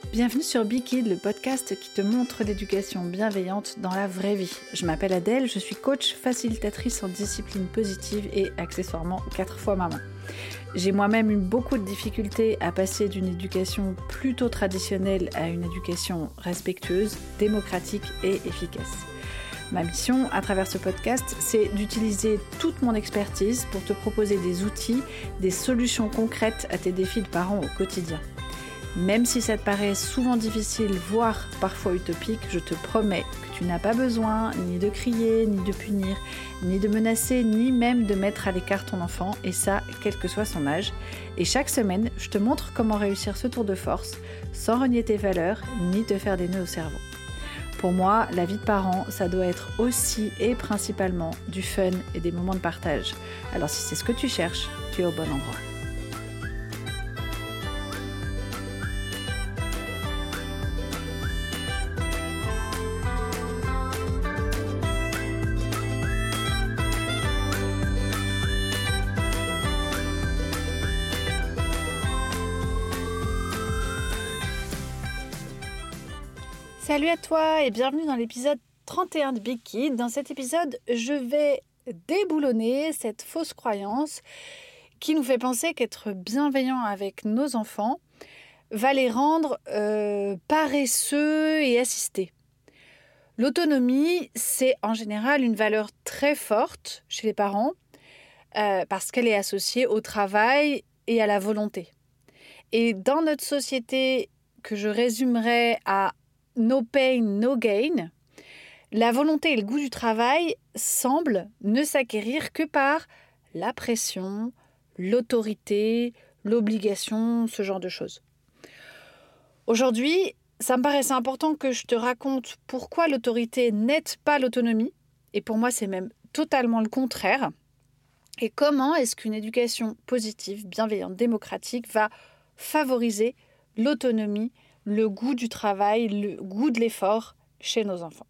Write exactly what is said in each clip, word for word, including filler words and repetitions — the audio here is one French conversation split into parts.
Bienvenue sur Be Kid, le podcast qui te montre l'éducation bienveillante dans la vraie vie. Je m'appelle Adèle, je suis coach, facilitatrice en discipline positive et accessoirement quatre fois maman. J'ai moi-même eu beaucoup de difficultés à passer d'une éducation plutôt traditionnelle à une éducation respectueuse, démocratique et efficace. Ma mission à travers ce podcast, c'est d'utiliser toute mon expertise pour te proposer des outils, des solutions concrètes à tes défis de parents au quotidien. Même si ça te paraît souvent difficile, voire parfois utopique, je te promets que tu n'as pas besoin ni de crier, ni de punir, ni de menacer, ni même de mettre à l'écart ton enfant, et ça, quel que soit son âge. Et chaque semaine, je te montre comment réussir ce tour de force, sans renier tes valeurs, ni te faire des nœuds au cerveau. Pour moi, la vie de parent, ça doit être aussi et principalement du fun et des moments de partage. Alors si c'est ce que tu cherches, tu es au bon endroit. Salut à toi et bienvenue dans l'épisode trente et un de Be Kid. Dans cet épisode, je vais déboulonner cette fausse croyance qui nous fait penser qu'être bienveillant avec nos enfants va les rendre euh, paresseux et assistés. L'autonomie, c'est en général une valeur très forte chez les parents euh, parce qu'elle est associée au travail et à la volonté. Et dans notre société que je résumerais à no pain, no gain, la volonté et le goût du travail semblent ne s'acquérir que par la pression, l'autorité, l'obligation, ce genre de choses. Aujourd'hui, ça me paraissait important que je te raconte pourquoi l'autorité n'aide pas l'autonomie, et pour moi c'est même totalement le contraire, et comment est-ce qu'une éducation positive, bienveillante, démocratique va favoriser l'autonomie, le goût du travail, le goût de l'effort chez nos enfants.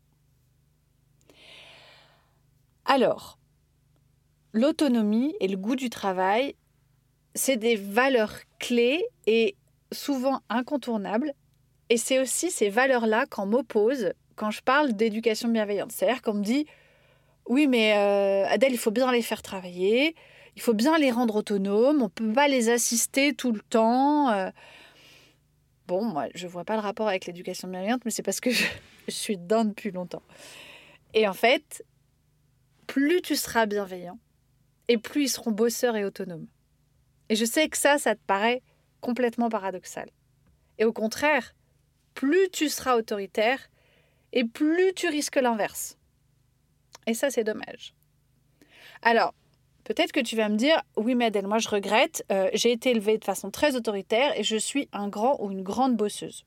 Alors, l'autonomie et le goût du travail, c'est des valeurs clés et souvent incontournables. Et c'est aussi ces valeurs-là qu'on m'oppose quand je parle d'éducation bienveillante. C'est-à-dire qu'on me dit, oui mais euh, Adèle, il faut bien les faire travailler, il faut bien les rendre autonomes, on ne peut pas les assister tout le temps. Euh, Bon, moi, je ne vois pas le rapport avec l'éducation bienveillante, mais c'est parce que je, je suis dedans depuis longtemps. Et en fait, plus tu seras bienveillant, et plus ils seront bosseurs et autonomes. Et je sais que ça, ça te paraît complètement paradoxal. Et au contraire, plus tu seras autoritaire, et plus tu risques l'inverse. Et ça, c'est dommage. Alors, peut-être que tu vas me dire, oui mais Adèle, moi je regrette, euh, j'ai été élevée de façon très autoritaire et je suis un grand ou une grande bosseuse.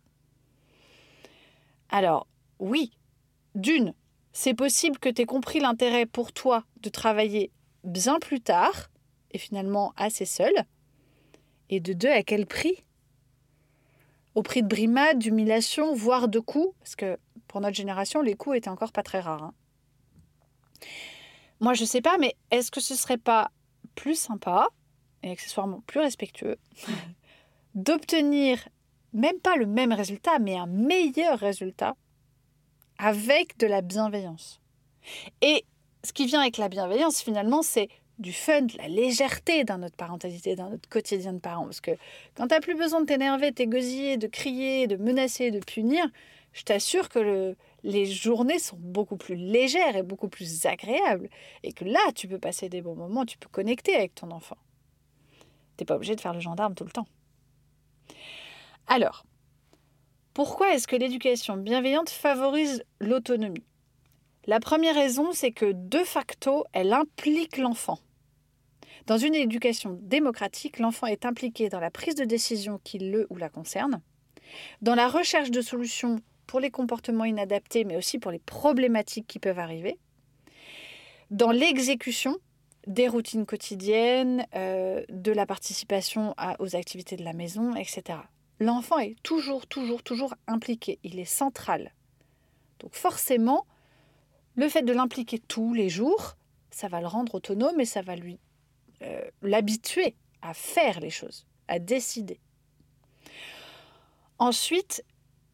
Alors, oui, d'une, c'est possible que tu aies compris l'intérêt pour toi de travailler bien plus tard, et finalement assez seul. Et de deux, à quel prix ? Au prix de brimades, d'humiliation, voire de coups, parce que pour notre génération, les coups étaient encore pas très rares. Hein. Moi, je sais pas, mais est-ce que ce serait pas plus sympa, et accessoirement plus respectueux, d'obtenir même pas le même résultat, mais un meilleur résultat avec de la bienveillance. Et ce qui vient avec la bienveillance, finalement, c'est du fun, de la légèreté dans notre parentalité, dans notre quotidien de parents. Parce que quand tu n'as plus besoin de t'énerver, de t'égosiller, de crier, de menacer, de punir, je t'assure que le, les journées sont beaucoup plus légères et beaucoup plus agréables. Et que là, tu peux passer des bons moments, tu peux connecter avec ton enfant. Tu n'es pas obligé de faire le gendarme tout le temps. Alors, pourquoi est-ce que l'éducation bienveillante favorise l'autonomie ? La première raison, c'est que de facto, elle implique l'enfant. Dans une éducation démocratique, l'enfant est impliqué dans la prise de décision qui le ou la concerne, dans la recherche de solutions pour les comportements inadaptés, mais aussi pour les problématiques qui peuvent arriver, dans l'exécution des routines quotidiennes, euh, de la participation à, aux activités de la maison, et cetera. L'enfant est toujours, toujours, toujours impliqué. Il est central. Donc forcément, le fait de l'impliquer tous les jours, ça va le rendre autonome et ça va lui euh, l'habituer à faire les choses, à décider. Ensuite,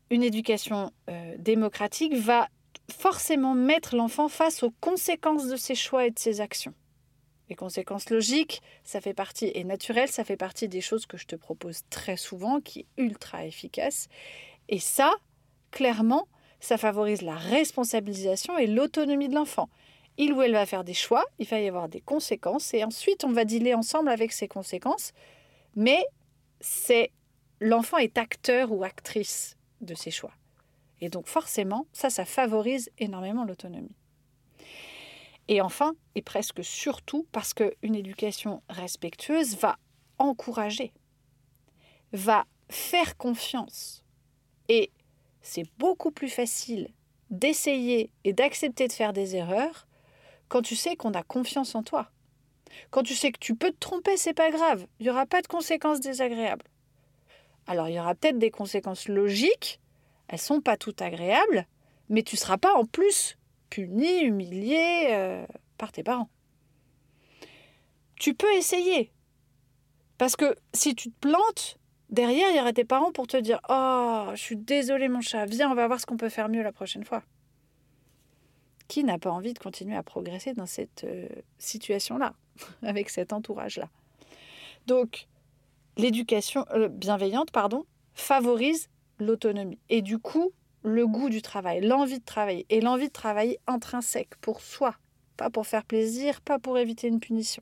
une éducation euh, démocratique va forcément mettre l'enfant face aux conséquences de ses choix et de ses actions. Les conséquences logiques, ça fait partie, et naturelles, ça fait partie des choses que je te propose très souvent, qui est ultra efficace. Et ça, clairement, ça favorise la responsabilisation et l'autonomie de l'enfant. Il ou elle va faire des choix, il va y avoir des conséquences, et ensuite on va dealer ensemble avec ces conséquences. Mais c'est l'enfant est acteur ou actrice de ses choix. Et donc forcément, ça, ça favorise énormément l'autonomie. Et enfin, et presque surtout, parce qu'une éducation respectueuse va encourager, va faire confiance. Et c'est beaucoup plus facile d'essayer et d'accepter de faire des erreurs quand tu sais qu'on a confiance en toi. Quand tu sais que tu peux te tromper, c'est pas grave. Il n'y aura pas de conséquences désagréables. Alors, il y aura peut-être des conséquences logiques. Elles ne sont pas toutes agréables, mais tu ne seras pas en plus puni, humilié euh, par tes parents. Tu peux essayer. Parce que si tu te plantes, derrière, il y aura tes parents pour te dire « Oh, je suis désolée mon chat, viens, on va voir ce qu'on peut faire mieux la prochaine fois. » Qui n'a pas envie de continuer à progresser dans cette euh, situation-là, avec cet entourage-là? Donc, l'éducation euh, bienveillante, pardon, favorise l'autonomie. Et du coup, le goût du travail, l'envie de travailler. Et l'envie de travailler intrinsèque, pour soi. Pas pour faire plaisir, pas pour éviter une punition.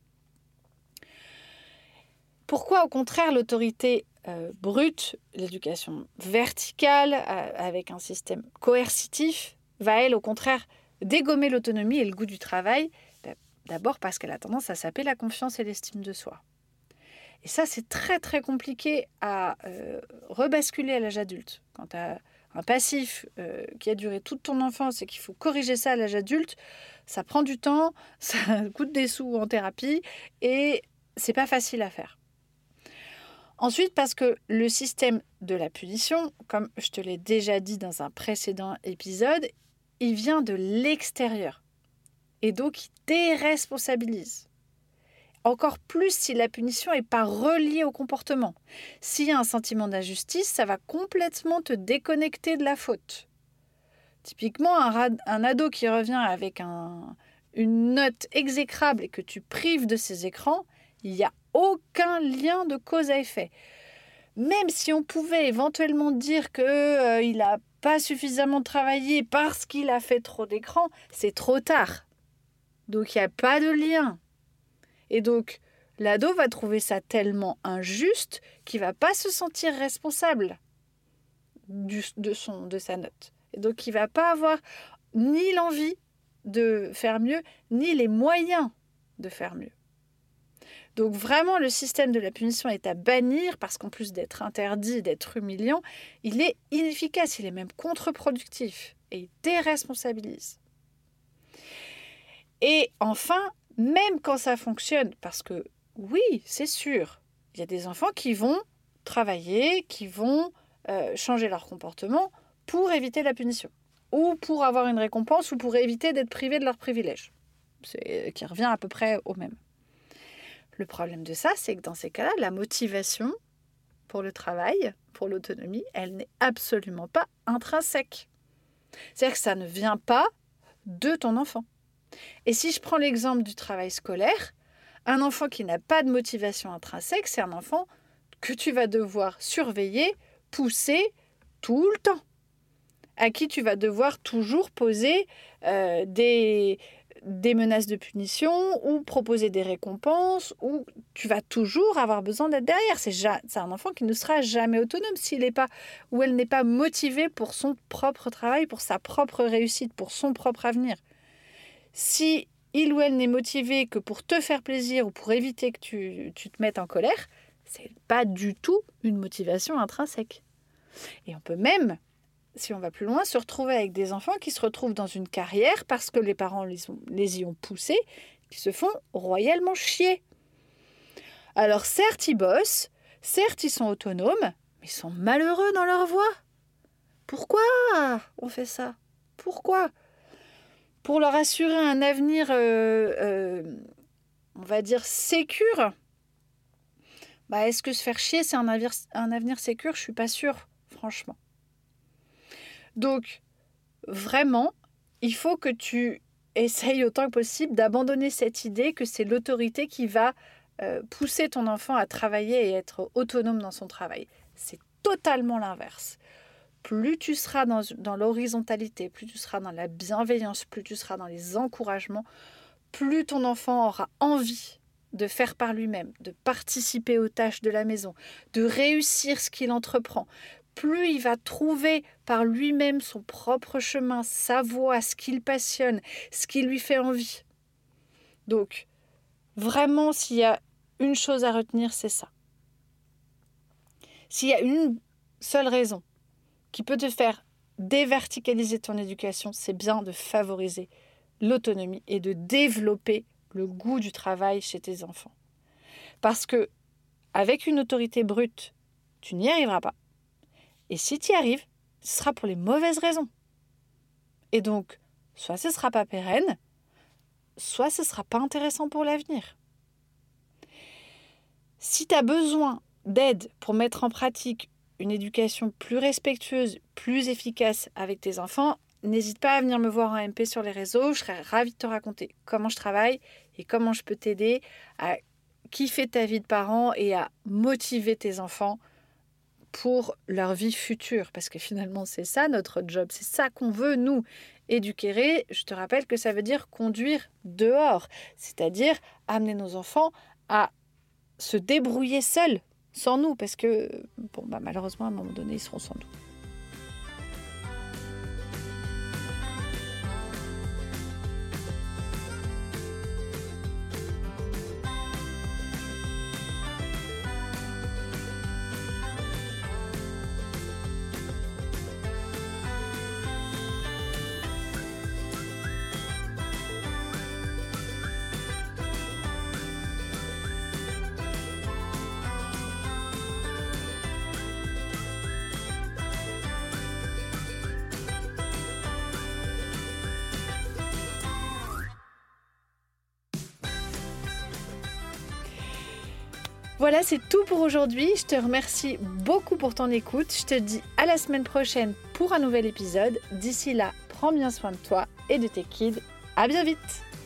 Pourquoi, au contraire, l'autorité euh, brute, l'éducation verticale, euh, avec un système coercitif, va, elle, au contraire, dégommer l'autonomie et le goût du travail? D'abord parce qu'elle a tendance à saper la confiance et l'estime de soi. Et ça, c'est très, très compliqué à euh, rebasculer à l'âge adulte. Quand tu as un passif euh, qui a duré toute ton enfance et qu'il faut corriger ça à l'âge adulte, ça prend du temps, ça coûte des sous en thérapie et c'est pas facile à faire. Ensuite, parce que le système de la punition, comme je te l'ai déjà dit dans un précédent épisode, il vient de l'extérieur. Et donc, il déresponsabilise. Encore plus si la punition n'est pas reliée au comportement. S'il y a un sentiment d'injustice, ça va complètement te déconnecter de la faute. Typiquement, un, rad, un ado qui revient avec un, une note exécrable et que tu prives de ses écrans, il n'y a aucun lien de cause à effet. Même si on pouvait éventuellement dire qu'il euh, n'a pas suffisamment travaillé parce qu'il a fait trop d'écran, c'est trop tard. Donc, il n'y a pas de lien. Et donc, l'ado va trouver ça tellement injuste qu'il ne va pas se sentir responsable du, de, son, de sa note. Et donc, il ne va pas avoir ni l'envie de faire mieux, ni les moyens de faire mieux. Donc, vraiment, le système de la punition est à bannir parce qu'en plus d'être interdit, d'être humiliant, il est inefficace, il est même contre-productif et il déresponsabilise. Et enfin, même quand ça fonctionne, parce que oui, c'est sûr, il y a des enfants qui vont travailler, qui vont euh, changer leur comportement pour éviter la punition, ou pour avoir une récompense, ou pour éviter d'être privés de leurs privilèges, c'est, qui revient à peu près au même. Le problème de ça, c'est que dans ces cas-là, la motivation pour le travail, pour l'autonomie, elle n'est absolument pas intrinsèque. C'est-à-dire que ça ne vient pas de ton enfant. Et si je prends l'exemple du travail scolaire, un enfant qui n'a pas de motivation intrinsèque, c'est un enfant que tu vas devoir surveiller, pousser tout le temps, à qui tu vas devoir toujours poser euh, des, des menaces de punition ou proposer des récompenses, ou tu vas toujours avoir besoin d'être derrière. C'est, ja- c'est un enfant qui ne sera jamais autonome s'il n'est pas ou elle n'est pas motivée pour son propre travail, pour sa propre réussite, pour son propre avenir. Si il ou elle n'est motivé que pour te faire plaisir ou pour éviter que tu, tu te mettes en colère, c'est pas du tout une motivation intrinsèque. Et on peut même, si on va plus loin, se retrouver avec des enfants qui se retrouvent dans une carrière parce que les parents les, ont, les y ont poussés, qui se font royalement chier. Alors certes, ils bossent, certes, ils sont autonomes, mais ils sont malheureux dans leur voie. Pourquoi on fait ça? Pourquoi? Pour leur assurer un avenir, euh, euh, on va dire, sécure, bah, est-ce que se faire chier, c'est un avenir, un avenir sécure? Je ne suis pas sûre, franchement. Donc, vraiment, il faut que tu essayes autant que possible d'abandonner cette idée que c'est l'autorité qui va euh, pousser ton enfant à travailler et être autonome dans son travail. C'est totalement l'inverse. Plus tu seras dans, dans l'horizontalité, plus tu seras dans la bienveillance, plus tu seras dans les encouragements, plus ton enfant aura envie de faire par lui-même, de participer aux tâches de la maison, de réussir ce qu'il entreprend. Plus il va trouver par lui-même son propre chemin, sa voie, ce qu'il passionne, ce qui lui fait envie. Donc, vraiment, s'il y a une chose à retenir, c'est ça. S'il y a une seule raison qui peut te faire déverticaliser ton éducation, c'est bien de favoriser l'autonomie et de développer le goût du travail chez tes enfants. Parce que avec une autorité brute, tu n'y arriveras pas. Et si tu y arrives, ce sera pour les mauvaises raisons. Et donc, soit ce ne sera pas pérenne, soit ce ne sera pas intéressant pour l'avenir. Si tu as besoin d'aide pour mettre en pratique une éducation plus respectueuse, plus efficace avec tes enfants, n'hésite pas à venir me voir en M P sur les réseaux. Je serai ravie de te raconter comment je travaille et comment je peux t'aider à kiffer ta vie de parent et à motiver tes enfants pour leur vie future. Parce que finalement, c'est ça notre job. C'est ça qu'on veut, nous, éduquer. Je te rappelle que ça veut dire conduire dehors. C'est-à-dire amener nos enfants à se débrouiller seuls, sans nous. Parce que, bon, bah, malheureusement, à un moment donné, ils seront sans nous. Voilà, c'est tout pour aujourd'hui. Je te remercie beaucoup pour ton écoute. Je te dis à la semaine prochaine pour un nouvel épisode. D'ici là, prends bien soin de toi et de tes kids. À bien vite!